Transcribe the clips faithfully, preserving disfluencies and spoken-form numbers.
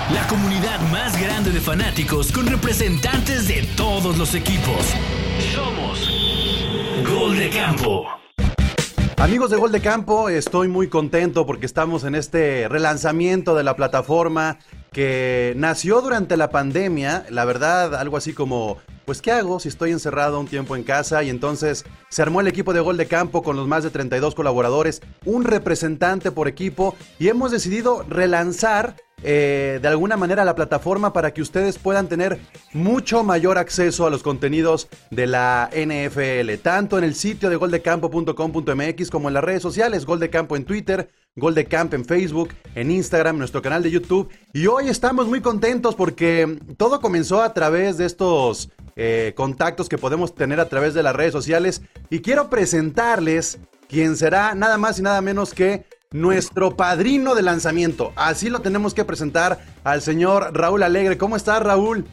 La comunidad más grande de fanáticos con representantes de todos los equipos. Somos Gol de Campo. Amigos de Gol de Campo, estoy muy contento porque estamos en este relanzamiento de la plataforma que nació durante la pandemia. La verdad, algo así como, pues ¿qué hago si estoy encerrado un tiempo en casa? Y entonces se armó el equipo de Gol de Campo con los más de treinta y dos colaboradores, un representante por equipo, y hemos decidido relanzar Eh, de alguna manera la plataforma para que ustedes puedan tener mucho mayor acceso a los contenidos de la N F L, tanto en el sitio de gol de campo punto com punto m x como en las redes sociales, Gol de Campo en Twitter, Gol de Camp en Facebook, en Instagram, nuestro canal de YouTube. Y hoy estamos muy contentos porque todo comenzó a través de estos eh, contactos que podemos tener a través de las redes sociales, y quiero presentarles quien será nada más y nada menos que nuestro padrino de lanzamiento. Así lo tenemos que presentar al señor Raúl Alegre. ¿Cómo estás, Raúl?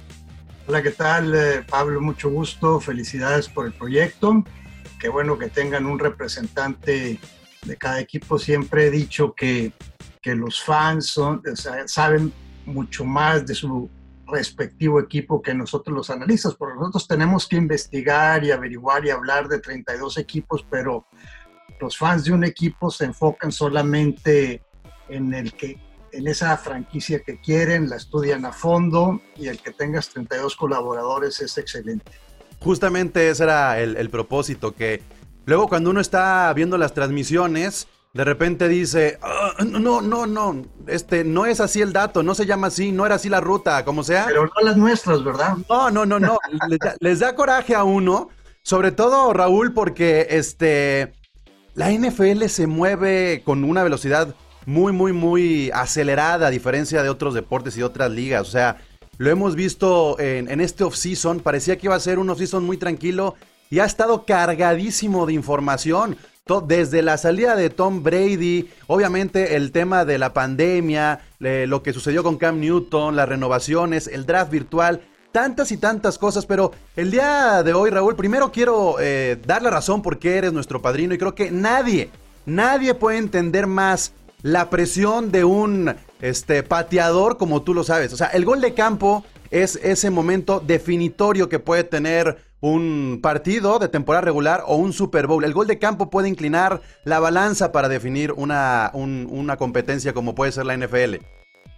Hola, ¿qué tal, eh, Pablo? Mucho gusto, felicidades por el proyecto. Qué bueno que tengan un representante de cada equipo. Siempre he dicho que, que los fans son, o sea, saben mucho más de su respectivo equipo que nosotros los analistas, porque nosotros tenemos que investigar y averiguar y hablar de treinta y dos equipos, pero los fans de un equipo se enfocan solamente en el que, en esa franquicia que quieren, la estudian a fondo, y el que tengas treinta y dos colaboradores es excelente. Justamente ese era el, el propósito, que luego cuando uno está viendo las transmisiones, de repente dice, oh, no, no, no, este, no es así el dato, no se llama así, no era así la ruta, como sea. Pero no las nuestras, ¿verdad? No, no, no, no, les, da, les da coraje a uno, sobre todo, Raúl, porque este... la N F L se mueve con una velocidad muy, muy, muy acelerada, a diferencia de otros deportes y de otras ligas. O sea, lo hemos visto en, en este off-season. Parecía que iba a ser un off-season muy tranquilo y ha estado cargadísimo de información. Todo, desde la salida de Tom Brady, obviamente el tema de la pandemia, eh, lo que sucedió con Cam Newton, las renovaciones, el draft virtual, tantas y tantas cosas. Pero el día de hoy, Raúl, primero quiero eh, dar la razón por qué eres nuestro padrino, y creo que nadie, nadie puede entender más la presión de un este, pateador como tú lo sabes. O sea, el gol de campo es ese momento definitorio que puede tener un partido de temporada regular o un Super Bowl. El gol de campo puede inclinar la balanza para definir una, un, una competencia como puede ser la N F L.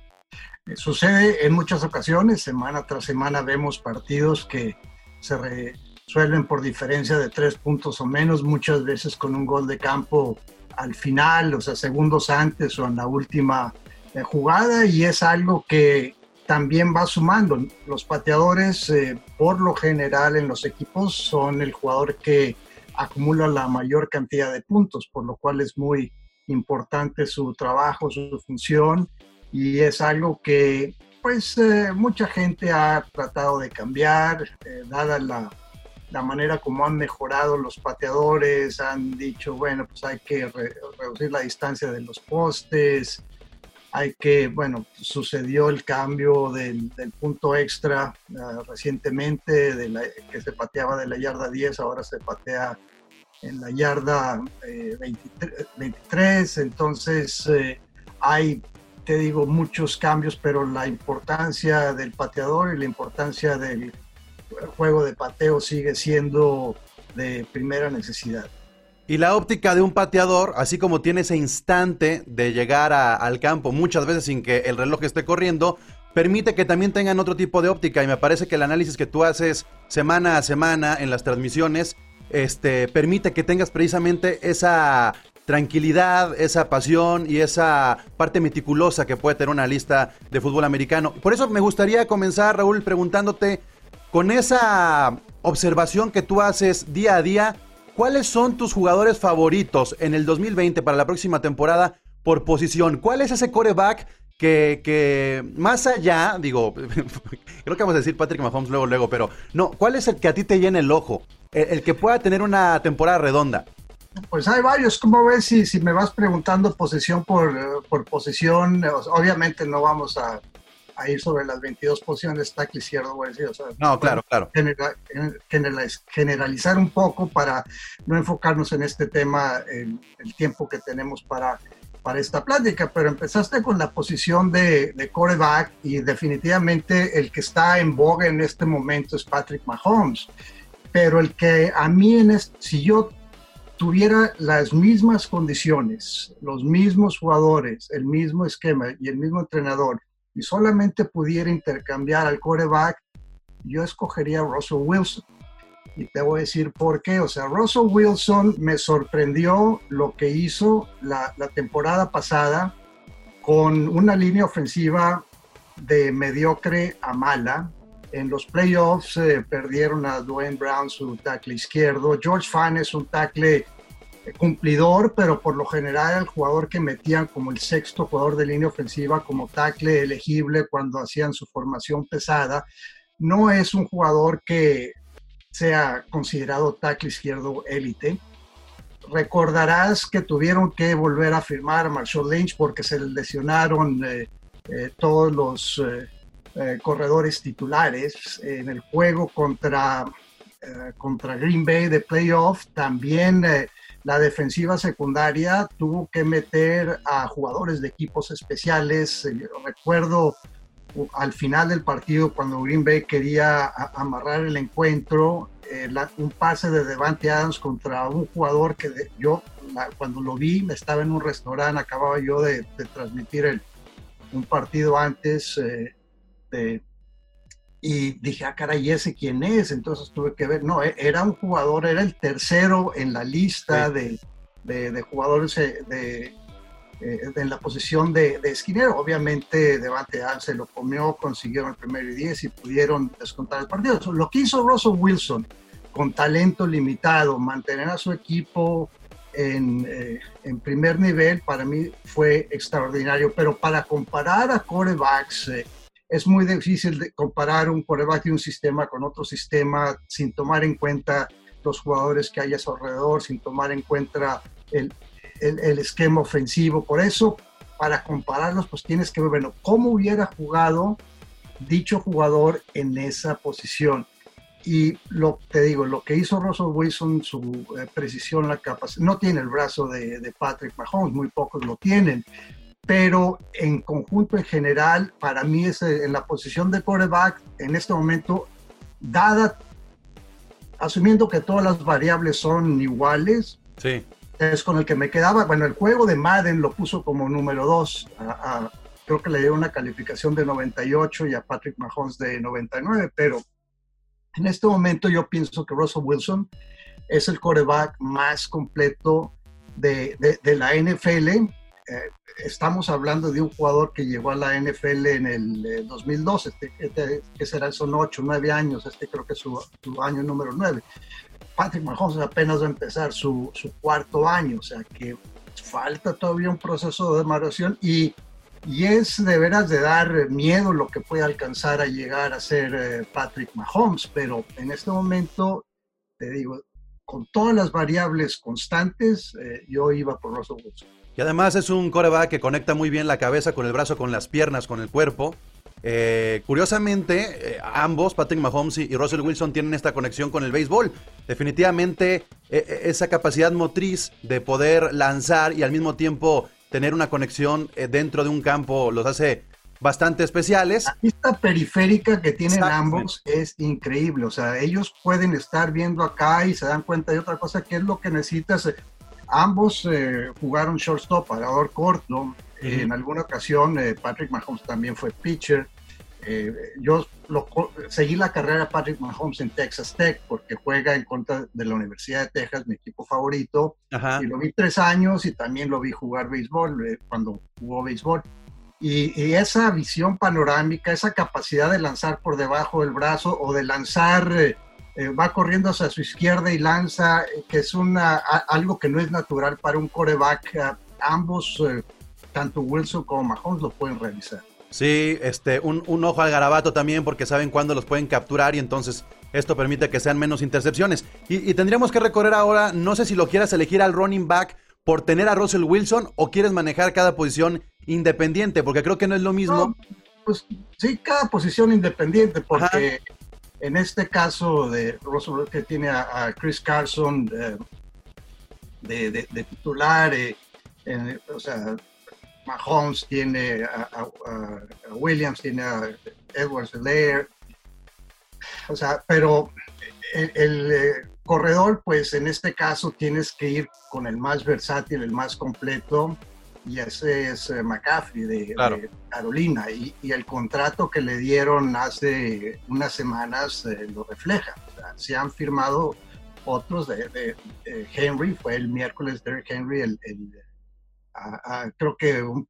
Sucede en muchas ocasiones, semana tras semana vemos partidos que se resuelven por diferencia de tres puntos o menos, muchas veces con un gol de campo al final, o sea, segundos antes o en la última eh, jugada, y es algo que también va sumando. Los pateadores, eh, por lo general en los equipos, son el jugador que acumula la mayor cantidad de puntos, por lo cual es muy importante su trabajo, su función. Y es algo que pues eh, mucha gente ha tratado de cambiar, eh, dada la, la manera como han mejorado los pateadores. Han dicho, bueno, pues hay que re- reducir la distancia de los postes, hay que, bueno, sucedió el cambio del, del punto extra uh, recientemente, de la, que se pateaba de la yarda diez, ahora se patea en la yarda eh, veintitrés, entonces eh, hay, te digo, muchos cambios, pero la importancia del pateador y la importancia del juego de pateo sigue siendo de primera necesidad. Y la óptica de un pateador, así como tiene ese instante de llegar a, al campo, muchas veces sin que el reloj esté corriendo, permite que también tengan otro tipo de óptica. Y me parece que el análisis que tú haces semana a semana en las transmisiones, este, permite que tengas precisamente esa tranquilidad, esa pasión y esa parte meticulosa que puede tener una lista de fútbol americano. Por eso me gustaría comenzar, Raúl, preguntándote, con esa observación que tú haces día a día, ¿cuáles son tus jugadores favoritos en el dos mil veinte para la próxima temporada por posición? ¿Cuál es ese quarterback que, que más allá, digo, creo que vamos a decir Patrick Mahomes luego, luego, pero no, ¿cuál es el que a ti te llena el ojo? El, el que pueda tener una temporada redonda. Pues hay varios. ¿Cómo ves si, si me vas preguntando posición por, por posición? Obviamente no vamos a, a ir sobre las veintidós posiciones, tackle izquierdo, voy a decir. O sea, no, claro, claro. General, general, generalizar un poco para no enfocarnos en este tema el, el tiempo que tenemos para para esta plática, pero empezaste con la posición de, de quarterback y definitivamente el que está en boga en este momento es Patrick Mahomes, pero el que a mí, en este, si yo tuviera las mismas condiciones, los mismos jugadores, el mismo esquema y el mismo entrenador, y solamente pudiera intercambiar al quarterback, yo escogería a Russell Wilson. Y te voy a decir por qué. O sea, Russell Wilson me sorprendió lo que hizo la, la temporada pasada con una línea ofensiva de mediocre a mala. En los playoffs eh, perdieron a Dwayne Brown, su tackle izquierdo. George Fant es un tackle cumplidor, pero por lo general el jugador que metían como el sexto jugador de línea ofensiva, como tackle elegible cuando hacían su formación pesada. No es un jugador que sea considerado tackle izquierdo élite. Recordarás que tuvieron que volver a firmar a Marshawn Lynch porque se lesionaron eh, eh, todos los eh, eh, corredores titulares. En el juego contra, eh, contra Green Bay de playoff, también eh, la defensiva secundaria tuvo que meter a jugadores de equipos especiales. Eh, recuerdo al final del partido, cuando Green Bay quería a, amarrar el encuentro, eh, la, un pase de Davante Adams contra un jugador que de, yo, la, cuando lo vi, estaba en un restaurante, acababa yo de, de transmitir el, un partido antes, eh, de, y dije, ah, caray, ¿ese quién es? Entonces tuve que ver, no, era un jugador, era el tercero en la lista sí. de, de, de jugadores de en la posición de, de esquinero. Obviamente Davante Adams se lo comió, consiguieron el primero y diez y pudieron descontar el partido. Lo que hizo Russell Wilson con talento limitado, mantener a su equipo en, eh, en primer nivel, para mí fue extraordinario. Pero para comparar a quarterbacks, eh, es muy difícil de comparar un quarterback de un sistema con otro sistema sin tomar en cuenta los jugadores que hay a su alrededor, sin tomar en cuenta el El, el esquema ofensivo. Por eso, para compararlos, pues tienes que ver, bueno, cómo hubiera jugado dicho jugador en esa posición. Y lo te digo, lo que hizo Russell Wilson, su eh, precisión, la capacidad, no tiene el brazo de, de Patrick Mahomes, muy pocos lo tienen, pero en conjunto, en general, para mí es eh, en la posición de quarterback, en este momento, dada, asumiendo que todas las variables son iguales, sí, es con el que me quedaba. Bueno, el juego de Madden lo puso como número dos. A, a, creo que le dio una calificación de noventa y ocho y a Patrick Mahomes de noventa y nueve, pero en este momento yo pienso que Russell Wilson es el quarterback más completo de, de, de la N F L. Eh, estamos hablando de un jugador que llegó a la N F L en el eh, dos mil dos, este, este, que será, son ocho, nueve años, este creo que es su, su año número nueve. Patrick Mahomes apenas va a empezar su, su cuarto año, o sea que falta todavía un proceso de maduración y, y es de veras de dar miedo lo que puede alcanzar a llegar a ser eh, Patrick Mahomes, pero en este momento, te digo, con todas las variables constantes, eh, yo iba por Russell Wilson. Y además es un quarterback que conecta muy bien la cabeza con el brazo, con las piernas, con el cuerpo. Eh, curiosamente, eh, ambos, Patrick Mahomes y, y Russell Wilson, tienen esta conexión con el béisbol. Definitivamente, eh, esa capacidad motriz de poder lanzar y al mismo tiempo tener una conexión eh, dentro de un campo los hace bastante especiales. La vista periférica que tienen ambos es increíble. O sea, ellos pueden estar viendo acá y se dan cuenta de otra cosa, que es lo que necesitas. Ambos eh, jugaron shortstop, parador corto. Uh-huh. Eh, en alguna ocasión eh, Patrick Mahomes también fue pitcher. Eh, yo lo, seguí la carrera de Patrick Mahomes en Texas Tech porque juega en contra de la Universidad de Texas, mi equipo favorito. Ajá. Y lo vi tres años y también lo vi jugar béisbol eh, cuando jugó béisbol. Y, y esa visión panorámica, esa capacidad de lanzar por debajo del brazo o de lanzar, eh, eh, va corriendo hacia su izquierda y lanza, eh, que es una, a, algo que no es natural para un quarterback. Eh, ambos, eh, tanto Wilson como Mahomes, lo pueden realizar. Sí, este, un, un ojo al garabato también porque saben cuándo los pueden capturar y entonces esto permite que sean menos intercepciones. Y, y tendríamos que recorrer ahora, no sé si lo quieras elegir al running back por tener a Russell Wilson o quieres manejar cada posición independiente, porque creo que no es lo mismo. No, pues sí, cada posición independiente, porque ajá, en este caso de Russell, que tiene a, a Chris Carson eh, de, de, de titular, eh, eh, o sea, Mahomes tiene a, a, a Williams, tiene a Edwards-Helaire, o sea, pero el, el eh, corredor, pues en este caso tienes que ir con el más versátil, el más completo, y ese es eh, McCaffrey de, claro. de Carolina, y, y el contrato que le dieron hace unas semanas eh, lo refleja. O sea, se han firmado otros de, de, de Henry, fue el miércoles Derrick Henry, el, el, a, a, creo que un,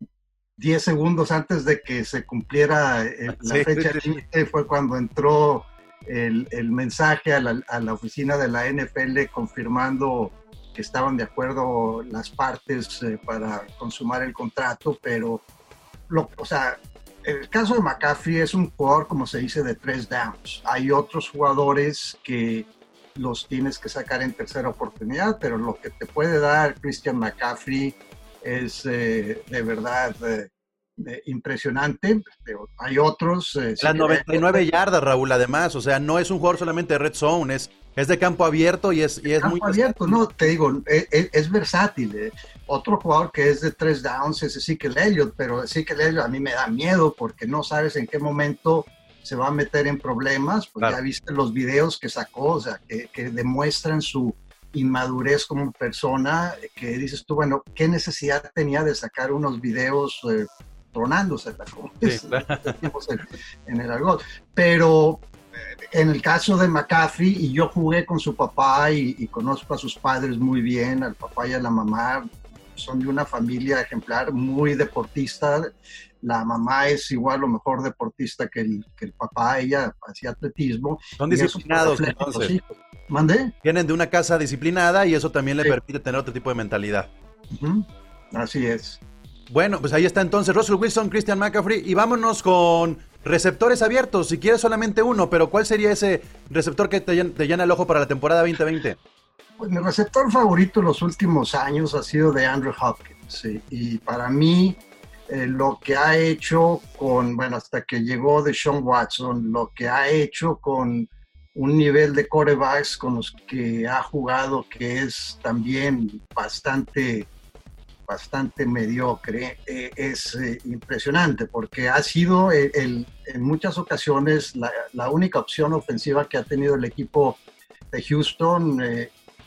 diez segundos antes de que se cumpliera el, la sí, fecha límite, sí. fue cuando entró el, el mensaje a la, a la oficina de la N F L confirmando que estaban de acuerdo las partes eh, para consumar el contrato, pero, lo, o sea, el caso de McCaffrey es un jugador, como se dice, de tres downs. Hay otros jugadores que los tienes que sacar en tercera oportunidad, pero lo que te puede dar Christian McCaffrey es eh, de verdad eh, eh, impresionante. Hay otros... Eh, Las noventa y nueve yardas, Raúl, además, o sea, no es un jugador solamente de red zone, es... Es de campo abierto y es, y es campo muy... abierto, no, te digo, es, es versátil. Eh. Otro jugador que es de tres downs es Ezekiel Elliott, pero Ezekiel Elliott a mí me da miedo porque no sabes en qué momento se va a meter en problemas. Pues claro. Ya viste los videos que sacó, o sea, que, que demuestran su inmadurez como persona, que dices tú, bueno, ¿qué necesidad tenía de sacar unos videos eh, tronándose? Como sí, es, claro. en, en el argot. Pero... En el caso de McCaffrey, y yo jugué con su papá y, y conozco a sus padres muy bien, al papá y a la mamá, son de una familia ejemplar, muy deportista. La mamá es igual lo mejor deportista que el, que el papá, ella hacía atletismo. Son disciplinados, entonces. ¿Mandé? Vienen de una casa disciplinada y eso también le sí. permite tener otro tipo de mentalidad. Uh-huh. Así es. Bueno, pues ahí está entonces Russell Wilson, Christian McCaffrey, y vámonos con receptores abiertos, si quieres solamente uno, pero ¿cuál sería ese receptor que te, te llena el ojo para la temporada veinte veinte? Pues mi receptor favorito en los últimos años ha sido de Andrew Hopkins, sí, y para mí eh, lo que ha hecho con, bueno, hasta que llegó Deshaun Watson, lo que ha hecho con un nivel de quarterbacks con los que ha jugado que es también bastante... bastante mediocre, eh, es eh, impresionante porque ha sido el, el, en muchas ocasiones la, la única opción ofensiva que ha tenido el equipo de Houston, eh,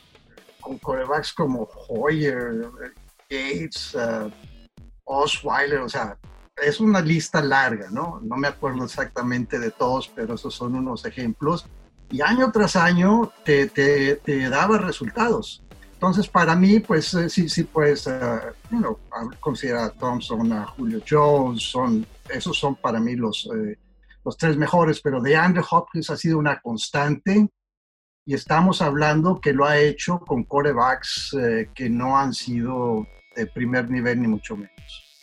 con quarterbacks como Hoyer, Gates, uh, Osweiler, o sea, es una lista larga, ¿no? No me acuerdo exactamente de todos, pero esos son unos ejemplos, y año tras año te, te, te daba resultados. Entonces, para mí, pues eh, sí, sí, pues, uh, you know, considera a Thompson, a Julio Jones, son, esos son para mí los, eh, los tres mejores, pero DeAndre Hopkins ha sido una constante y estamos hablando que lo ha hecho con quarterbacks eh, que no han sido de primer nivel ni mucho menos.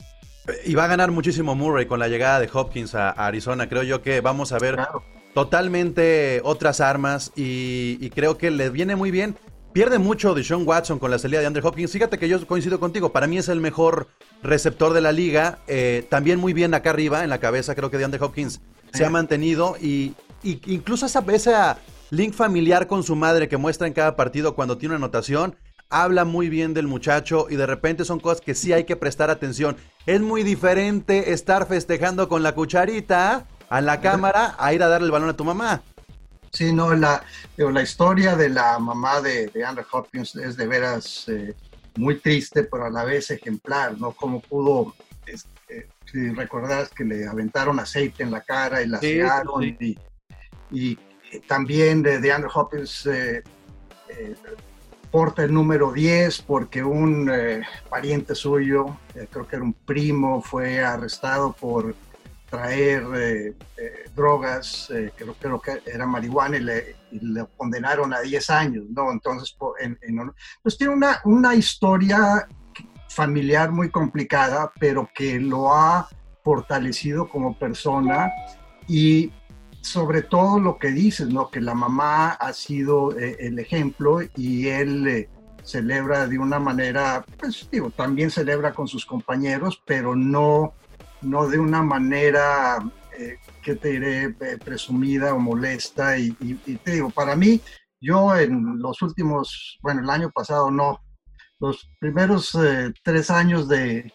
Y va a ganar muchísimo Murray con la llegada de Hopkins a, a Arizona. Creo yo que vamos a ver claro. totalmente otras armas y, y creo que le viene muy bien. Pierde mucho Deshaun Watson con la salida de Andrew Hopkins. Fíjate que yo coincido contigo. Para mí es el mejor receptor de la liga. Eh, también muy bien acá arriba, en la cabeza. Creo que DeAndre Hopkins sí. se ha mantenido. Y, y incluso esa, esa link familiar con su madre que muestra en cada partido cuando tiene una anotación, habla muy bien del muchacho. Y de repente son cosas que sí hay que prestar atención. Es muy diferente estar festejando con la cucharita a la cámara a ir a darle el balón a tu mamá. Sí, no, la, la historia de la mamá de, de Andrew Hopkins es de veras eh, muy triste, pero a la vez ejemplar, ¿no? Cómo pudo, este, si recordarás que le aventaron aceite en la cara y la sí, cegaron, sí. Y, y también de, de Andrew Hopkins eh, eh, porta el número diez porque un eh, pariente suyo, eh, creo que era un primo, fue arrestado por traer eh, eh, drogas, eh, creo, creo que era marihuana y le, y le condenaron a diez años, ¿no? Entonces, en, en, pues tiene una, una historia familiar muy complicada, pero que lo ha fortalecido como persona y sobre todo lo que dices, ¿no? Que la mamá ha sido eh, el ejemplo y él eh, celebra de una manera, pues digo, también celebra con sus compañeros, pero no no de una manera, eh, que te diré, eh, presumida o molesta. Y, y, y te digo, para mí, yo en los últimos, bueno, el año pasado no, los primeros eh, tres años de,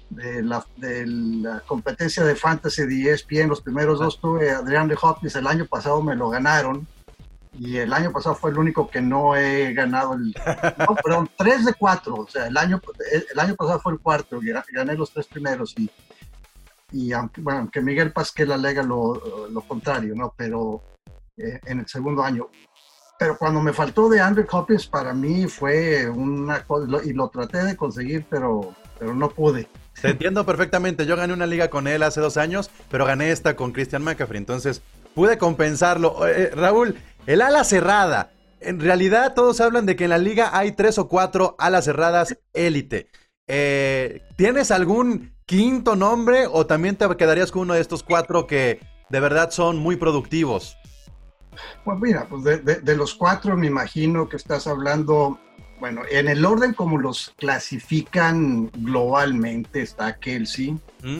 de la, de la competencia de Fantasy de E S P N. Los primeros dos tuve a DeAndre Hopkins, el año pasado me lo ganaron. Y el año pasado fue el único que no he ganado el... No, perdón, tres de cuatro. O sea, el año, el año pasado fue el cuarto. Gané los tres primeros. Y, y aunque, bueno, aunque Miguel Pasquel alega lo, lo contrario, ¿no? Pero eh, en el segundo año. Pero cuando me faltó de Andrew Hopkins, para mí fue una cosa... Y lo traté de conseguir, pero, pero no pude. Te entiendo perfectamente. Yo gané una liga con él hace dos años, pero gané esta con Christian McCaffrey. Entonces, pude compensarlo. Eh, Raúl... El ala cerrada. En realidad todos hablan de que en la liga hay tres o cuatro alas cerradas élite. Eh, ¿Tienes algún quinto nombre o también te quedarías con uno de estos cuatro que de verdad son muy productivos? Pues mira, pues de, de, de los cuatro me imagino que estás hablando, bueno, en el orden como los clasifican globalmente está Kelce, ¿Mm?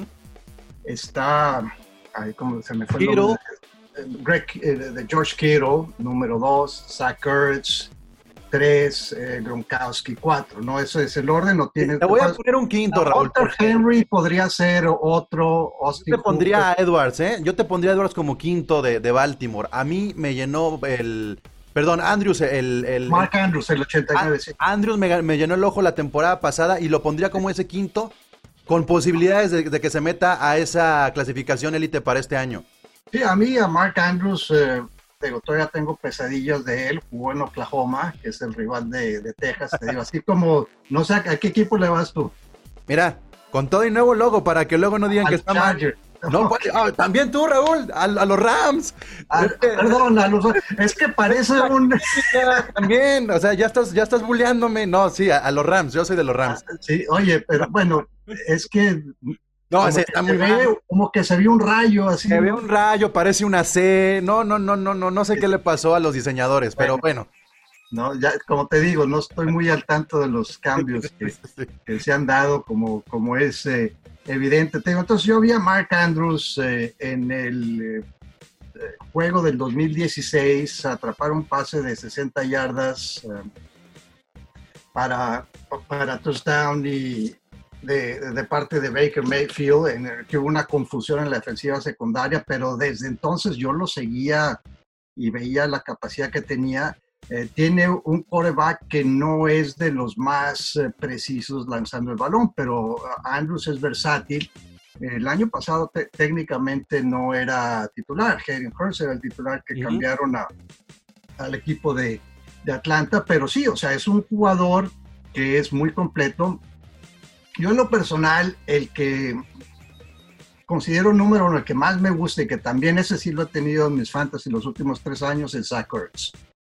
está, ay, ¿cómo se me fue el nombre? Greg, eh, de George Kittle, número dos, Zach Ertz, tres, eh, Gronkowski, cuatro, ¿no? Eso es el orden, no tiene... Te voy a poner un quinto, no, Raúl. Hunter Henry podría ser otro, Austin Yo te pondría Hooper. a Edwards, ¿eh? Yo te pondría a Edwards como quinto de, de Baltimore. A mí me llenó el... Perdón, Andrews, el... el Mark Andrews, el ochenta y nueve, sí. Andrews me, me llenó el ojo la temporada pasada y lo pondría como ese quinto, con posibilidades de, de que se meta a esa clasificación élite para este año. Sí, a mí, a Mark Andrews, eh, digo, todavía tengo pesadillas de él. Jugó en Oklahoma, que es el rival de, de Texas. Te digo, así como, no sé, ¿a qué equipo le vas tú? Mira, con todo y nuevo logo para que luego no digan Al que está Charger. mal. No, okay. oh, también tú, Raúl, a, a los Rams. A, perdón, a los, es que parece un... También, o sea, ya estás, ya estás bulleándome. No, sí, a, a los Rams, yo soy de los Rams. Ah, sí, oye, pero bueno, es que... No, como, ese que está muy ve, como que se vio un rayo así. Se ve un rayo, parece una C. No, no, no, no, no, no sé qué le pasó a los diseñadores, pero bueno. No, ya, como te digo, no estoy muy al tanto de los cambios que, que se han dado, como, como es eh, evidente. Te digo, entonces yo vi a Mark Andrews eh, en el eh, juego del dos mil dieciséis atrapar un pase de sesenta yardas eh, para, para touchdown y De, de parte de Baker Mayfield, en el que hubo una confusión en la defensiva secundaria, pero desde entonces yo lo seguía y veía la capacidad que tenía. Eh, tiene un quarterback que no es de los más eh, precisos lanzando el balón, pero Andrews es versátil. El año pasado te, técnicamente no era titular, Hayden Hurst era el titular que uh-huh. cambiaron a, al equipo de, de Atlanta, pero sí, o sea, es un jugador que es muy completo. Yo en lo personal, el que considero número uno, el que más me gusta y que también ese sí lo he tenido en mis fantasy los últimos tres años, es Zach Ertz.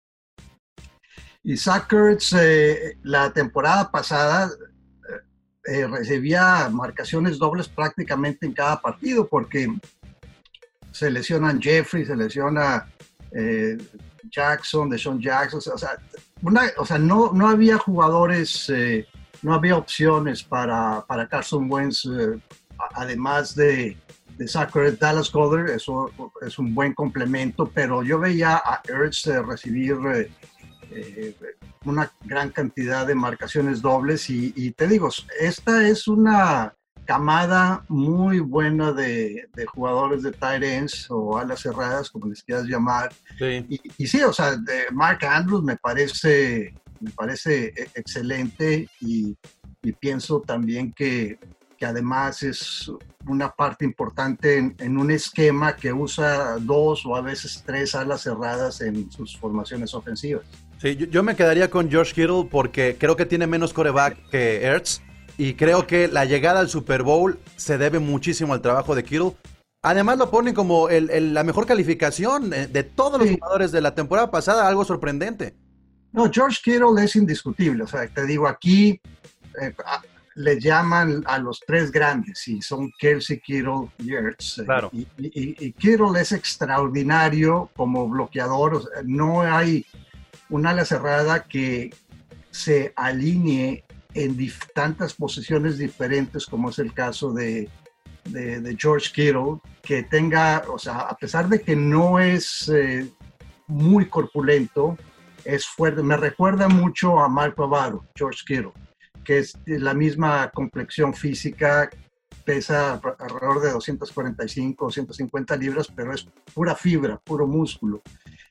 Y Zach Ertz, eh, la temporada pasada, eh, recibía marcaciones dobles prácticamente en cada partido porque se lesionan Jeffrey, se lesiona eh, Jackson, DeSean Jackson, o sea, una, o sea no, no había jugadores... Eh, No había opciones para, para Carson Wentz, eh, además de, de Zach Ertz. Dallas Goedert, eso es un buen complemento, pero yo veía a Ertz eh, recibir eh, eh, una gran cantidad de marcaciones dobles y, y te digo, esta es una camada muy buena de, de jugadores de tight ends o alas cerradas, como les quieras llamar. Sí. Y, y sí, o sea, de Mark Andrews me parece... me parece excelente y, y pienso también que, que además es una parte importante en, en un esquema que usa dos o a veces tres alas cerradas en sus formaciones ofensivas. Sí, yo, yo me quedaría con George Kittle porque creo que tiene menos quarterback que Ertz y creo que la llegada al Super Bowl se debe muchísimo al trabajo de Kittle. Además lo ponen como el, el, la mejor calificación de todos los sí. jugadores de la temporada pasada, algo sorprendente. No, George Kittle es indiscutible, o sea, te digo, aquí eh, a, le llaman a los tres grandes, y son Kelce, Kittle y Ertz. Claro. Y, y, y Kittle es extraordinario como bloqueador, o sea, no hay un ala cerrada que se alinee en dif- tantas posiciones diferentes como es el caso de, de, de George Kittle, que tenga, o sea, a pesar de que no es eh, muy corpulento, es fuerte. Me recuerda mucho a Marco Avaro, George Kittle. que es la misma complexión física, pesa alrededor de doscientas cuarenta y cinco, doscientas cincuenta libras, pero es pura fibra, puro músculo.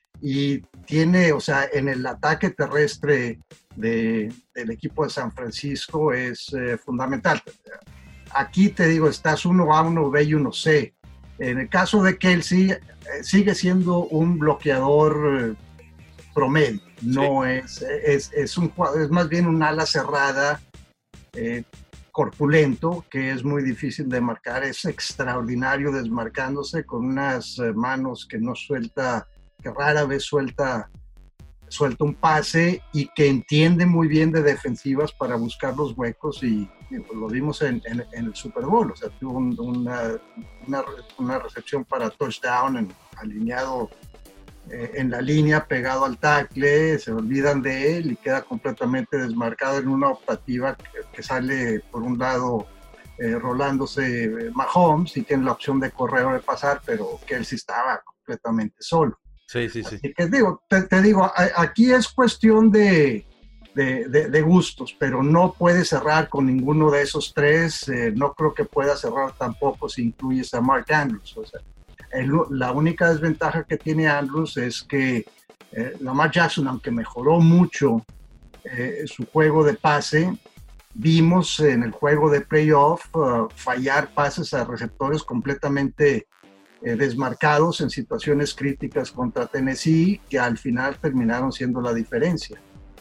Y tiene, o sea, en el ataque terrestre de, del equipo de San Francisco es eh, fundamental. Aquí te digo, estás uno A, uno B y uno C. En el caso de Kelce, eh, sigue siendo un bloqueador eh, promedio. No sí. es, es, es, un, es más bien un ala cerrada, eh, corpulento, que es muy difícil de marcar. Es extraordinario desmarcándose con unas manos que no suelta, que rara vez suelta, suelta un pase, y que entiende muy bien de defensivas para buscar los huecos, y, y pues lo vimos en, en, en el Super Bowl. O sea, tuvo un, una, una, una recepción para touchdown en, alineado eh, en la línea, pegado al tackle, se olvidan de él y queda completamente desmarcado en una optativa que, que sale por un lado eh, rolándose eh, Mahomes, y tiene la opción de correr o de pasar, pero Kelce estaba completamente solo. Sí, sí, sí. Así que digo, te, te digo, a, aquí es cuestión de, de, de, de gustos, pero no puede cerrar con ninguno de esos tres. Eh, no creo que pueda cerrar tampoco si incluyes a Mark Andrews. O sea, el, la única desventaja que tiene Andrews es que eh, Lamar Jackson, aunque mejoró mucho eh, su juego de pase, vimos en el juego de playoff uh, fallar pases a receptores completamente Eh, desmarcados en situaciones críticas contra Tennessee, que al final terminaron siendo la diferencia.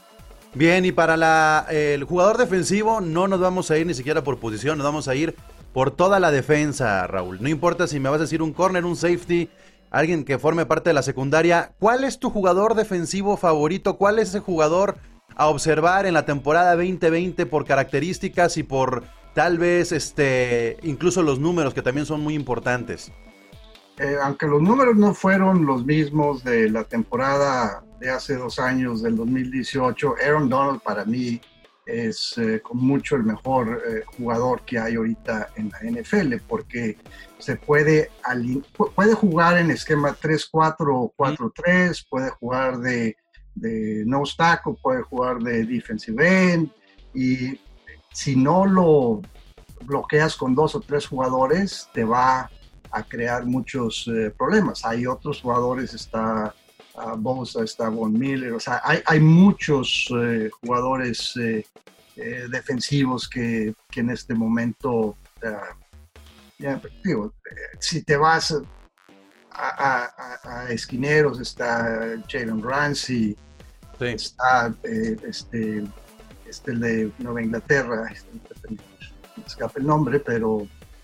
Bien, y para la, eh, el jugador defensivo no nos vamos a ir ni siquiera por posición, nos vamos a ir por toda la defensa, Raúl. No importa si me vas a decir un corner, un safety, alguien que forme parte de la secundaria. ¿Cuál es tu jugador defensivo favorito? ¿Cuál es ese jugador a observar en la temporada veinte veinte por características y por tal vez este incluso los números, que también son muy importantes? Eh, aunque los números no fueron los mismos de la temporada de hace dos años, del dos mil dieciocho, Aaron Donald para mí es eh, con mucho el mejor eh, jugador que hay ahorita en la N F L, porque se puede, puede jugar en esquema tres cuatro o cuatro tres, puede jugar de, de nose tackle, puede jugar de defensive end, y si no lo bloqueas con dos o tres jugadores, te va a crear muchos eh, problemas. Hay otros jugadores, está uh, Bosa, está Von Miller, o sea, hay, hay muchos eh, jugadores eh, eh, defensivos que, que en este momento, uh, ya, digo, eh, si te vas a, a, a esquineros, está Jalen Ramsey, sí. está eh, este, este el de Nueva Inglaterra, este, me escapa el nombre, pero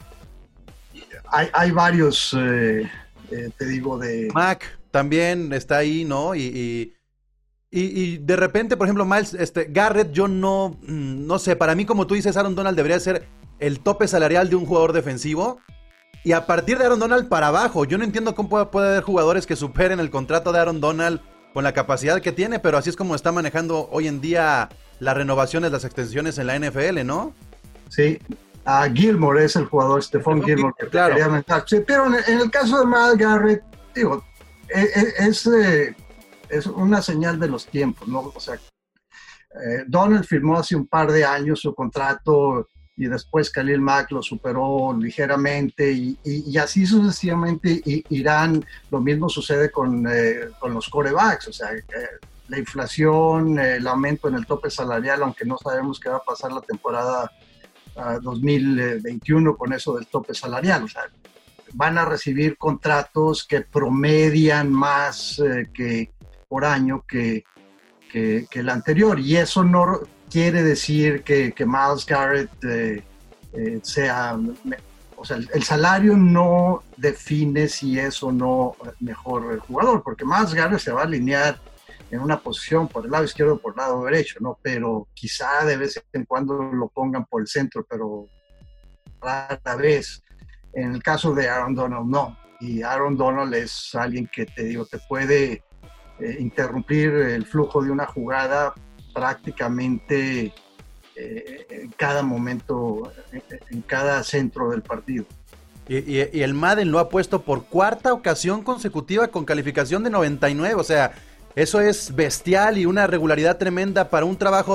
Hay, hay varios, eh, eh, te digo, de... Mac también está ahí, ¿no? Y, y, y, y de repente, por ejemplo, Miles este, Garrett, yo no, no sé, para mí, como tú dices, Aaron Donald debería ser el tope salarial de un jugador defensivo, y a partir de Aaron Donald para abajo. Yo no entiendo cómo puede, puede haber jugadores que superen el contrato de Aaron Donald con la capacidad que tiene, pero así es como está manejando hoy en día las renovaciones, las extensiones en la N F L, ¿no? Sí. Uh, Gilmore es el jugador, Stephon Gilmore, que claro. quería mencionar. Sí, pero en, en el caso de Miles Garrett, digo, es, es, eh, es una señal de los tiempos, ¿no? O sea, eh, Donald firmó hace un par de años su contrato, y después Khalil Mack lo superó ligeramente, y, y, y así sucesivamente y, irán. Lo mismo sucede con, eh, con los quarterbacks, o sea, eh, la inflación, eh, el aumento en el tope salarial, aunque no sabemos qué va a pasar la temporada Uh, dos mil veintiuno con eso del tope salarial. O sea, van a recibir contratos que promedian más eh, que por año que, que, que el anterior, y eso no quiere decir que, que Miles Garrett eh, eh, sea, o sea, el, el salario no define si es o no mejor jugador, porque Miles Garrett se va a alinear en una posición por el lado izquierdo o por el lado derecho, ¿no? Pero quizá de vez en cuando lo pongan por el centro, pero rara vez. En el caso de Aaron Donald, no. Y Aaron Donald es alguien que, te digo, te puede eh, interrumpir el flujo de una jugada prácticamente eh, en cada momento, en, en cada centro del partido. Y, y, y el Madden lo ha puesto por cuarta ocasión consecutiva con calificación de noventa y nueve, o sea... Eso es bestial y una regularidad tremenda para un trabajo de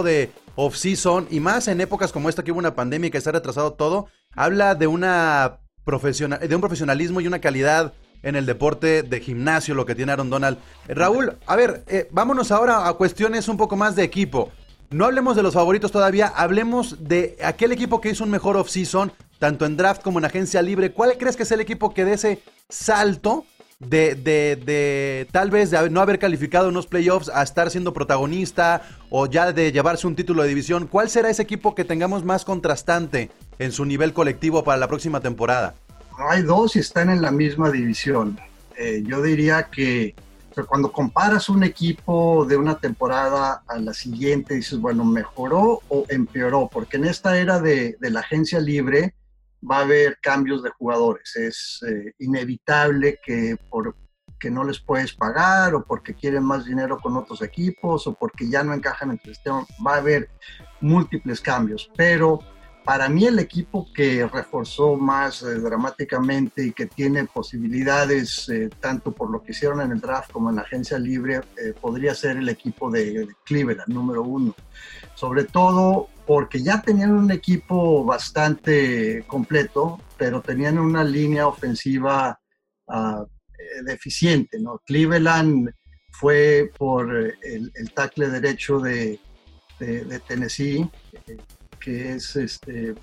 off-season, y más en épocas como esta que hubo una pandemia y que se ha retrasado todo, habla de una profesional, de un profesionalismo y una calidad en el deporte de gimnasio, lo que tiene Aaron Donald. Eh, Raúl, a ver, eh, vámonos ahora a cuestiones un poco más de equipo. No hablemos de los favoritos todavía, hablemos de aquel equipo que hizo un mejor off-season, tanto en draft como en agencia libre. ¿Cuál crees que es el equipo que dé ese salto de, de, de tal vez de no haber calificado unos playoffs a estar siendo protagonista o ya de llevarse un título de división? ¿Cuál será ese equipo que tengamos más contrastante en su nivel colectivo para la próxima temporada? Hay dos y están en la misma división. Eh, yo diría que o sea, cuando comparas un equipo de una temporada a la siguiente, dices, bueno, ¿mejoró o empeoró? Porque en esta era de, de la agencia libre va a haber cambios de jugadores. Es eh, inevitable que por que no les puedes pagar o porque quieren más dinero con otros equipos o porque ya no encajan en el sistema. Va a haber múltiples cambios, pero para mí el equipo que reforzó más eh, dramáticamente y que tiene posibilidades, eh, tanto por lo que hicieron en el draft como en la agencia libre, eh, podría ser el equipo de, de Cleveland, número uno. Sobre todo porque ya tenían un equipo bastante completo, pero tenían una línea ofensiva uh, deficiente, ¿no? Cleveland fue por el, el tackle derecho de, de, de Tennessee, eh, que es, este,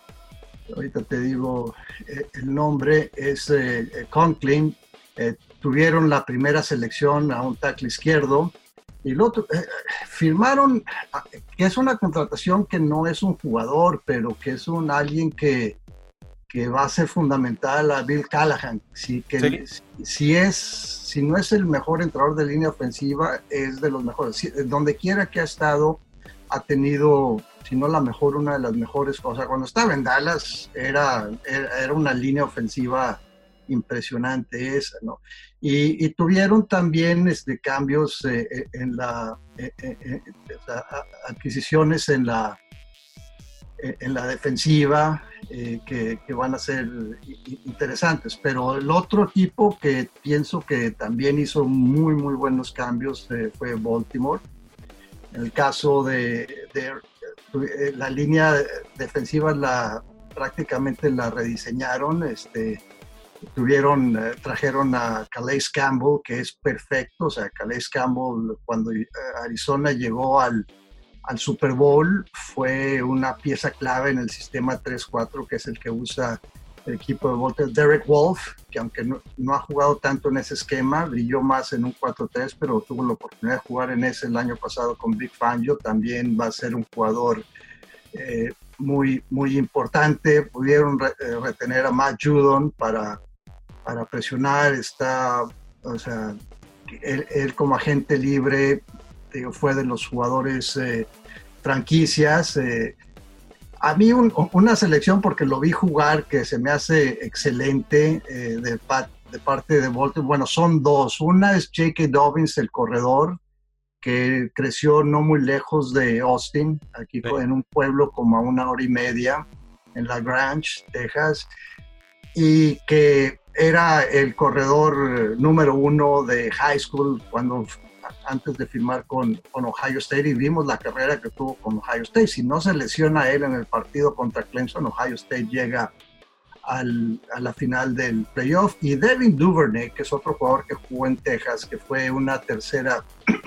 ahorita te digo eh, el nombre, es eh, Conklin. Eh, tuvieron la primera selección a un tackle izquierdo, y el otro, eh, firmaron, que es una contratación que no es un jugador, pero que es un alguien que, que va a ser fundamental, a Bill Callahan. Sí, que sí. Si, si, es, si no es el mejor entrenador de línea ofensiva, es de los mejores. Si, donde quiera que ha estado, ha tenido, si no la mejor, una de las mejores cosas. Cuando estaba en Dallas era, era, era una línea ofensiva impresionante esa, ¿no? Y, y tuvieron también este, cambios eh, en la, eh, eh, adquisiciones en la, en la defensiva eh, que, que van a ser interesantes. Pero el otro equipo que pienso que también hizo muy, muy buenos cambios eh, fue Baltimore. En el caso de, de, de la línea defensiva, la, prácticamente la rediseñaron. Este, tuvieron, eh, trajeron a Calais Campbell, que es perfecto. O sea, Calais Campbell, cuando Arizona llegó al, al Super Bowl, fue una pieza clave en el sistema tres cuatro, que es el que usa el equipo de Baltimore. Derek Wolfe, que aunque no, no ha jugado tanto en ese esquema, brilló más en un cuatro tres, pero tuvo la oportunidad de jugar en ese el año pasado con Vic Fangio. También va a ser un jugador eh, muy, muy importante. Pudieron re, eh, retener a Matt Judon para, para presionar. Está, o sea, él, él como agente libre, digo, fue de los jugadores eh, franquicias. Eh, A mí un, una selección, porque lo vi jugar, que se me hace excelente eh, de, de parte de Baltimore. Bueno, son dos. Una es J K. Dobbins, el corredor, que creció no muy lejos de Austin, aquí sí. En un pueblo como a una hora y media, en La Grange, Texas, y que era el corredor número uno de high school cuando antes de firmar con, con Ohio State, y vimos la carrera que tuvo con Ohio State. Si no se lesiona él en el partido contra Clemson, Ohio State llega al, a la final del playoff. Y Devin Duvernay, que es otro jugador que jugó en Texas, que fue una tercera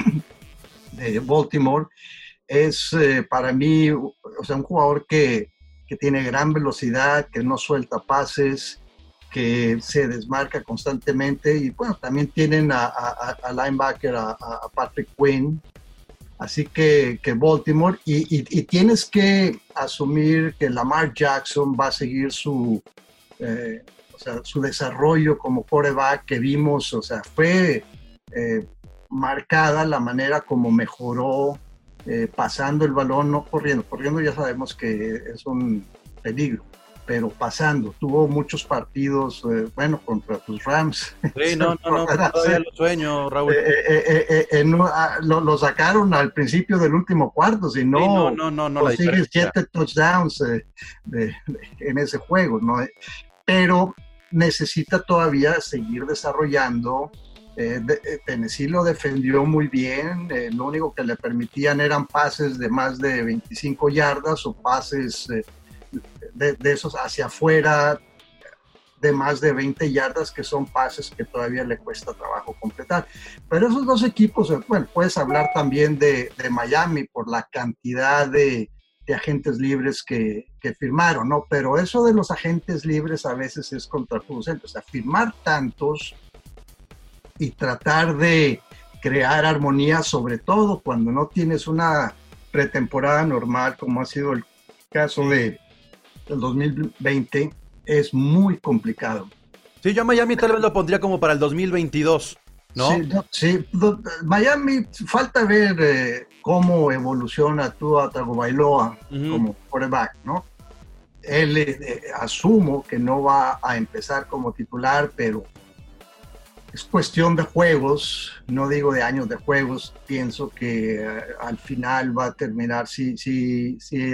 de Baltimore, es eh, para mí, o sea, un jugador que, que tiene gran velocidad, que no suelta pases, que se desmarca constantemente. Y bueno, también tienen a, a, a linebacker, a, a Patrick Quinn. Así que, que Baltimore, y, y, y tienes que asumir que Lamar Jackson va a seguir su, eh, o sea, su desarrollo como quarterback que vimos. O sea, fue eh, marcada la manera como mejoró eh, pasando el balón, no corriendo. Corriendo ya sabemos que es un peligro, pero pasando. Tuvo muchos partidos, eh, bueno, contra tus Rams. Sí, no, no, no, todavía lo sueño, Raúl. Eh, eh, eh, eh, no, ah, lo, lo sacaron al principio del último cuarto, si no, sí, no, no, no, no consigue siete touchdowns eh, de, de, en ese juego, ¿no? Pero necesita todavía seguir desarrollando Eh, de, eh, Tennessee lo defendió muy bien, eh, lo único que le permitían eran pases de más de veinticinco yardas o pases eh, de, de esos hacia afuera de más de veinte yardas, que son pases que todavía le cuesta trabajo completar. Pero esos dos equipos, bueno, puedes hablar también de, de Miami por la cantidad de, de agentes libres que, que firmaron, ¿no? Pero eso de los agentes libres a veces es contraproducente, o sea, firmar tantos y tratar de crear armonía, sobre todo cuando no tienes una pretemporada normal, como ha sido el caso de, del dos mil veinte, es muy complicado. Sí, yo a Miami tal vez lo pondría como para el dos mil veintidós, ¿no? Sí, no, sí. Miami, falta ver eh, cómo evoluciona Tua Tagovailoa uh-huh. como quarterback, ¿no? Él eh, asumo que no va a empezar como titular, pero es cuestión de juegos, no digo de años de juegos. Pienso que eh, al final va a terminar, si, si, si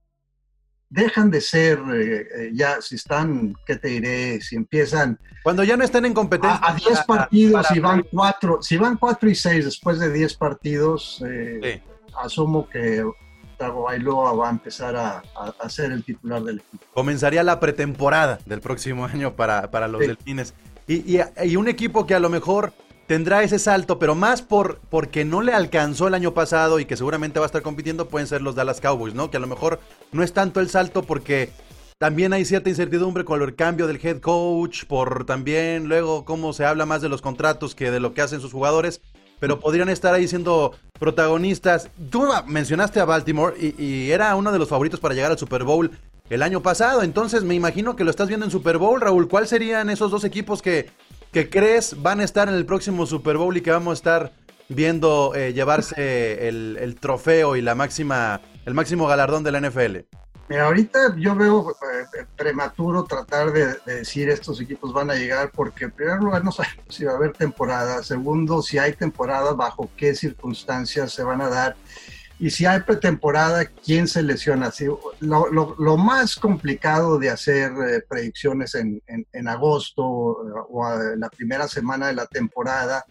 dejan de ser, eh, ya si están, ¿qué te diré? Si empiezan... Cuando ya no están en competencia... A diez partidos, si van cuatro, si van cuatro y seis después de diez partidos, eh, sí. asumo que Tagovailoa va a empezar a, a, a ser el titular del equipo. Comenzaría la pretemporada del próximo año para, para los sí. Delfines. Y, y, y un equipo que a lo mejor tendrá ese salto, pero más por porque no le alcanzó el año pasado y que seguramente va a estar compitiendo, pueden ser los Dallas Cowboys, ¿no? Que a lo mejor no es tanto el salto porque también hay cierta incertidumbre con el cambio del head coach, por también luego cómo se habla más de los contratos que de lo que hacen sus jugadores, pero podrían estar ahí siendo protagonistas. Tú mencionaste a Baltimore y, y era uno de los favoritos para llegar al Super Bowl el año pasado, entonces me imagino que lo estás viendo en Super Bowl, Raúl. ¿Cuáles serían esos dos equipos que, que crees van a estar en el próximo Super Bowl y que vamos a estar viendo eh, llevarse el, el trofeo y la máxima, el máximo galardón de la N F L? Mira, ahorita yo veo eh, prematuro tratar de, de decir estos equipos van a llegar, porque en primer lugar no sabemos si va a haber temporada, segundo, si hay temporada, bajo qué circunstancias se van a dar, y si hay pretemporada, ¿quién se lesiona? Sí, lo, lo, lo más complicado de hacer eh, predicciones en, en, en agosto o a la primera semana de la temporada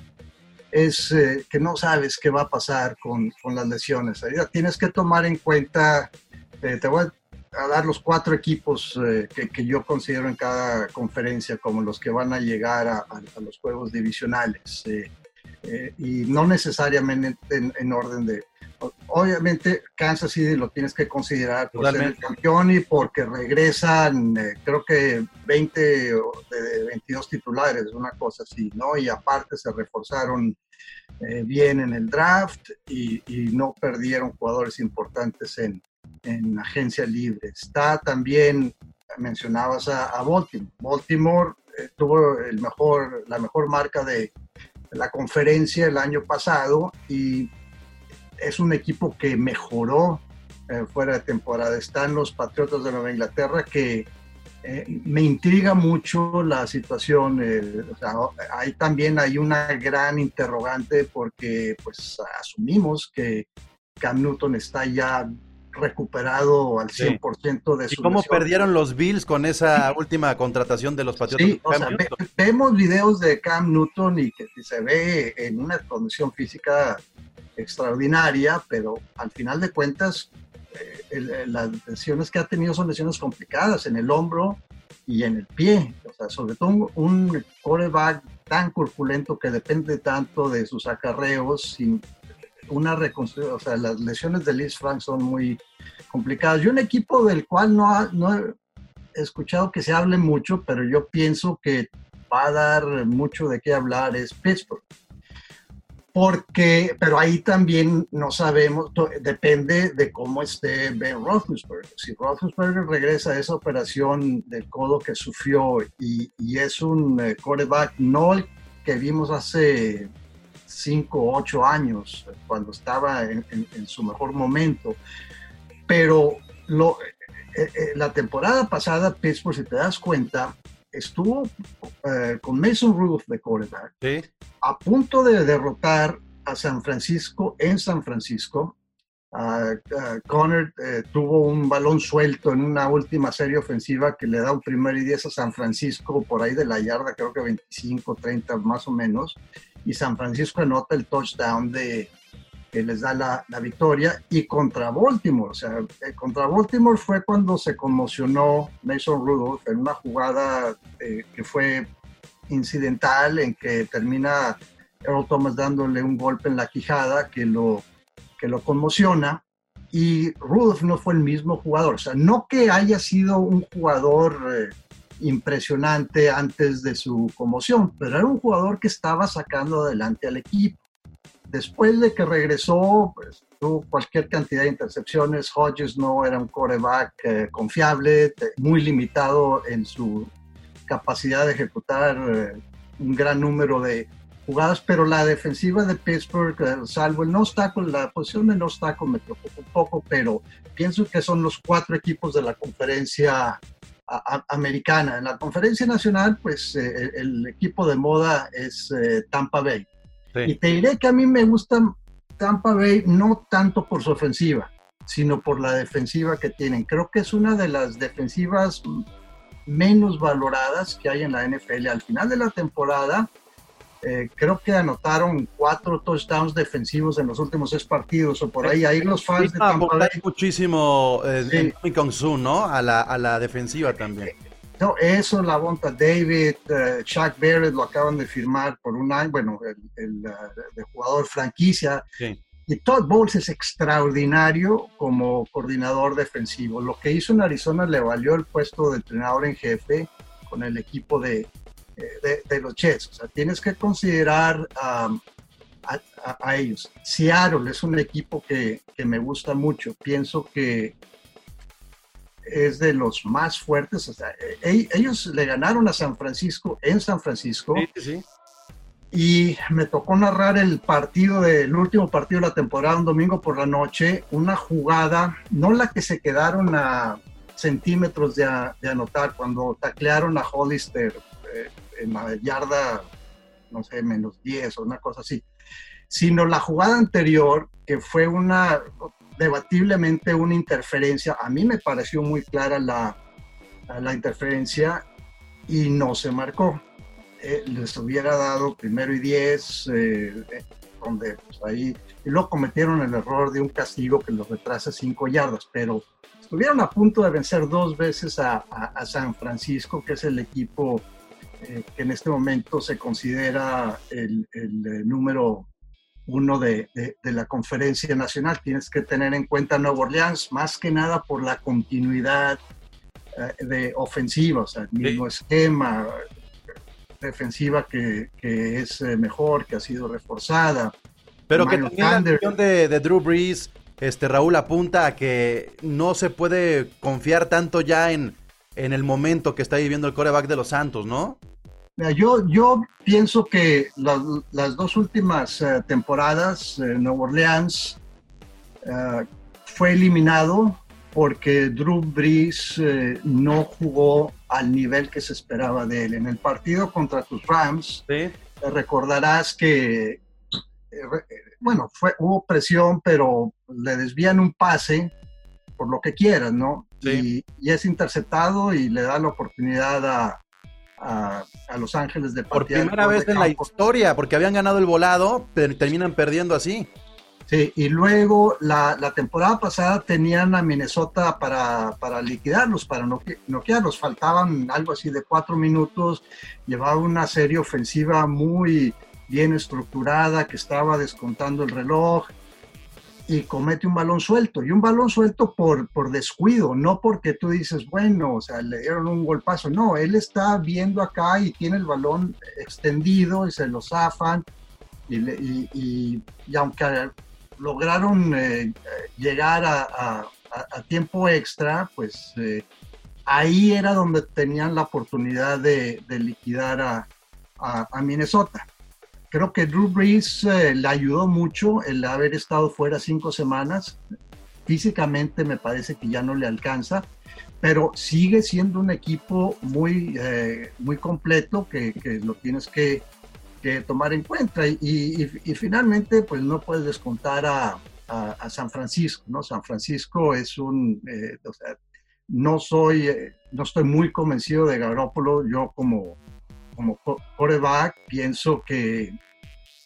es eh, que no sabes qué va a pasar con, con las lesiones. Ahí tienes que tomar en cuenta, eh, te voy a dar los cuatro equipos eh, que, que yo considero en cada conferencia como los que van a llegar a, a, a los juegos divisionales. Eh, eh, y no necesariamente en, en orden de... Obviamente Kansas City lo tienes que considerar por Totalmente. ser el campeón y porque regresan eh, creo que veinte de veintidós titulares, una cosa así, ¿no? Y aparte se reforzaron eh, bien en el draft y, y no perdieron jugadores importantes en, en agencia libre. Está también, mencionabas a, a Baltimore. Baltimore eh, tuvo el mejor, la mejor marca de la conferencia el año pasado y es un equipo que mejoró eh, fuera de temporada. Están los Patriotas de Nueva Inglaterra, que eh, me intriga mucho la situación. Eh, o sea, ahí también hay una gran interrogante porque pues asumimos que Cam Newton está ya recuperado al cien por ciento de su ¿Y cómo lesión. Perdieron los Bills con esa sí. última contratación de los Patriotas? Sí, o sea, ve, vemos videos de Cam Newton y que se ve en una condición física extraordinaria, pero al final de cuentas eh, el, las lesiones que ha tenido son lesiones complicadas en el hombro y en el pie, o sea, sobre todo un, un quarterback tan corpulento que depende tanto de sus acarreos, sin una reconstrucción, o sea, las lesiones de Liz Frank son muy complicadas. Y un equipo del cual no, ha, no he escuchado que se hable mucho, pero yo pienso que va a dar mucho de qué hablar, es Pittsburgh. Porque, pero ahí también no sabemos, depende de cómo esté Ben Roethlisberger. Si Roethlisberger regresa a esa operación del codo que sufrió y, y es un eh, quarterback, no el que vimos hace cinco o ocho años, cuando estaba en, en, en su mejor momento, pero lo, eh, eh, la temporada pasada, Pittsburgh, si te das cuenta, estuvo uh, con Mason Rudolph de quarterback, ¿sí? A punto de derrotar a San Francisco en San Francisco. Uh, uh, Connor uh, tuvo un balón suelto en una última serie ofensiva que le da un primer y diez a San Francisco por ahí de la yarda, creo que veinticinco, treinta más o menos, y San Francisco anota el touchdown de, que les da la, la victoria, y contra Baltimore, o sea, eh, contra Baltimore fue cuando se conmocionó Mason Rudolph en una jugada eh, que fue incidental, en que termina Earl Thomas dándole un golpe en la quijada que lo, que lo conmociona, y Rudolph no fue el mismo jugador. O sea, no que haya sido un jugador eh, impresionante antes de su conmoción, pero era un jugador que estaba sacando adelante al equipo. Después de que regresó, pues, tuvo cualquier cantidad de intercepciones. Hodges no era un quarterback eh, confiable, muy limitado en su capacidad de ejecutar eh, un gran número de jugadas, pero la defensiva de Pittsburgh, eh, salvo el nose tackle, la posición de nose tackle me preocupa un poco, pero pienso que son los cuatro equipos de la conferencia a, a, americana. En la conferencia nacional, pues eh, el, el equipo de moda es eh, Tampa Bay. Sí. Y te diré que a mí me gusta Tampa Bay no tanto por su ofensiva, sino por la defensiva que tienen. Creo que es una de las defensivas menos valoradas que hay en la N F L. Al final de la temporada, eh, creo que anotaron cuatro touchdowns defensivos en los últimos seis partidos, o por ahí. Ahí los fans de Tampa Bay muchísimo eh, sí. Kong Su, ¿no? A la, a la defensiva también. No, eso, la Lavonte David, uh, Shaq Barrett lo acaban de firmar por un año, bueno, el, el, uh, el jugador franquicia. Sí. Y Todd Bowles es extraordinario como coordinador defensivo. Lo que hizo en Arizona le valió el puesto de entrenador en jefe con el equipo de, de, de los Jets. O sea, tienes que considerar um, a, a, a ellos. Seattle es un equipo que, que me gusta mucho. Pienso que es de los más fuertes. O sea, ellos le ganaron a San Francisco en San Francisco. Sí, sí. Y me tocó narrar el partido del último partido de la temporada, un domingo por la noche, una jugada, no la que se quedaron a centímetros de, a, de anotar, cuando taclearon a Hollister eh, en la yarda, no sé, menos diez o una cosa así, sino la jugada anterior, que fue una, debatiblemente una interferencia. A mí me pareció muy clara la, la interferencia y no se marcó. Eh, les hubiera dado primero y diez, eh, eh, donde pues, ahí, y luego cometieron el error de un castigo que los retrasa cinco yardas, pero estuvieron a punto de vencer dos veces a, a, a San Francisco, que es el equipo eh, que en este momento se considera el, el, el número uno de, de, de la conferencia nacional. Tienes que tener en cuenta Nueva Orleans, más que nada por la continuidad eh, de ofensiva, o sea, el mismo sí. esquema defensiva que, que es mejor, que ha sido reforzada. Pero Mario que también Thunder. La cuestión de, de Drew Brees, este, Raúl, apunta a que no se puede confiar tanto ya en, en el momento que está viviendo el quarterback de los Santos, ¿no? Yo, yo pienso que la, las dos últimas uh, temporadas, uh, Nueva Orleans uh, fue eliminado porque Drew Brees uh, no jugó al nivel que se esperaba de él. En el partido contra tus Rams, ¿sí? recordarás que, eh, bueno, fue, hubo presión, pero le desvían un pase, por lo que quieras, ¿no? Sí. Y, y es interceptado y le da la oportunidad a, a, a Los Ángeles de patear. Por primera vez en la historia, porque habían ganado el volado, pero terminan perdiendo así. Sí, y luego la, la temporada pasada tenían a Minnesota para, para liquidarlos, para noquearlos. Faltaban algo así de cuatro minutos, llevaba una serie ofensiva muy bien estructurada que estaba descontando el reloj y comete un balón suelto. Y un balón suelto por, por descuido, no porque tú dices, bueno, o sea, le dieron un golpazo. No, él está viendo acá y tiene el balón extendido y se lo zafan. Y, y, y, y aunque lograron eh, llegar a, a, a tiempo extra, pues eh, ahí era donde tenían la oportunidad de, de liquidar a, a, a Minnesota. Creo que Drew Brees eh, le ayudó mucho el haber estado fuera cinco semanas. Físicamente me parece que ya no le alcanza, pero sigue siendo un equipo muy, eh, muy completo que, que lo tienes que que tomar en cuenta y, y, y finalmente pues no puedes descontar a, a, a San Francisco, ¿no? San Francisco es un, eh, o sea, no soy, eh, no estoy muy convencido de Garoppolo. Yo como, como quarterback pienso que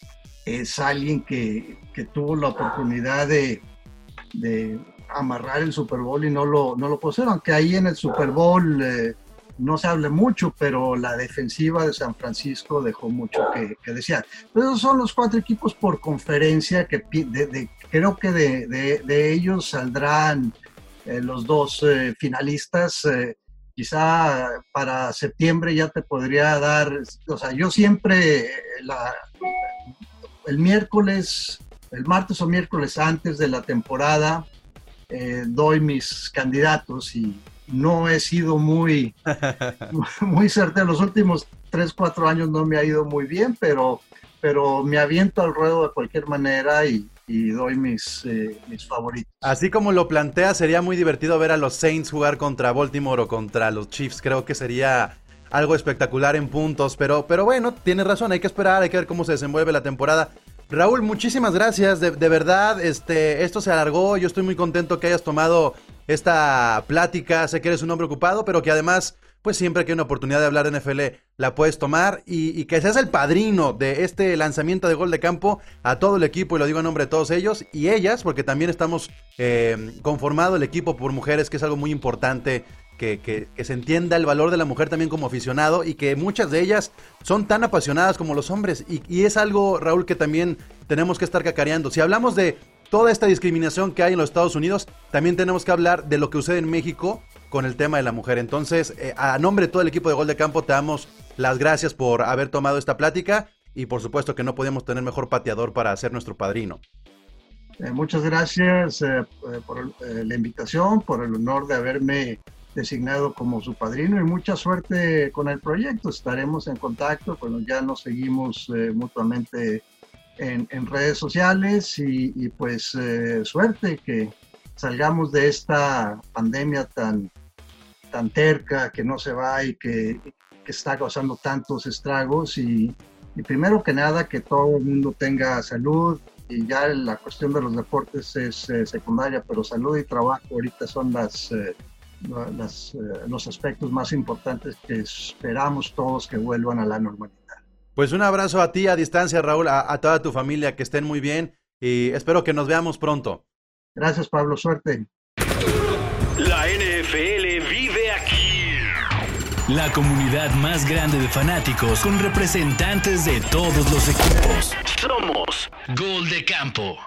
es alguien que, que tuvo la oportunidad de, de amarrar el Super Bowl y no lo, no lo pusieron, aunque ahí en el Super Bowl eh, no se hable mucho, pero la defensiva de San Francisco dejó mucho que, que desear. Pero esos son los cuatro equipos por conferencia que de, de, creo que de, de, de ellos saldrán eh, los dos eh, finalistas. Eh, quizá para septiembre ya te podría dar, o sea, yo siempre la, el miércoles, el martes o miércoles antes de la temporada eh, doy mis candidatos y no he sido muy, muy certero. Los últimos tres, cuatro años no me ha ido muy bien, pero, pero me aviento al ruedo de cualquier manera y, y doy mis, eh, mis favoritos. Así como lo plantea, sería muy divertido ver a los Saints jugar contra Baltimore o contra los Chiefs. Creo que sería algo espectacular en puntos, pero, pero bueno, tienes razón, hay que esperar, hay que ver cómo se desenvuelve la temporada. Raúl, muchísimas gracias, de, de verdad, este, esto se alargó, yo estoy muy contento que hayas tomado esta plática, sé que eres un hombre ocupado, pero que además, pues siempre que hay una oportunidad de hablar de N F L, la puedes tomar, y, y que seas el padrino de este lanzamiento de Gol de Campo a todo el equipo, y lo digo en nombre de todos ellos y ellas, porque también estamos eh, conformado el equipo por mujeres, que es algo muy importante. Que, que, que se entienda el valor de la mujer también como aficionado, y que muchas de ellas son tan apasionadas como los hombres, y, y es algo, Raúl, que también tenemos que estar cacareando. Si hablamos de toda esta discriminación que hay en los Estados Unidos, también tenemos que hablar de lo que sucede en México con el tema de la mujer. Entonces, eh, a nombre de todo el equipo de Gol de Campo, te damos las gracias por haber tomado esta plática, y por supuesto que no podíamos tener mejor pateador para ser nuestro padrino. Eh, muchas gracias eh, por eh, la invitación, por el honor de haberme designado como su padrino, y mucha suerte con el proyecto. Estaremos en contacto, bueno, ya nos seguimos eh, mutuamente en, en redes sociales, y, y pues eh, suerte, que salgamos de esta pandemia tan, tan terca, que no se va y que, que está causando tantos estragos, y, y primero que nada que todo el mundo tenga salud, y ya la cuestión de los deportes es eh, secundaria, pero salud y trabajo ahorita son las eh, Las, eh, los aspectos más importantes que esperamos todos que vuelvan a la normalidad. Pues un abrazo a ti a distancia, Raúl, a, a toda tu familia, que estén muy bien, y espero que nos veamos pronto. Gracias, Pablo, suerte. La N F L vive aquí. La comunidad más grande de fanáticos con representantes de todos los equipos. Somos Gol de Campo.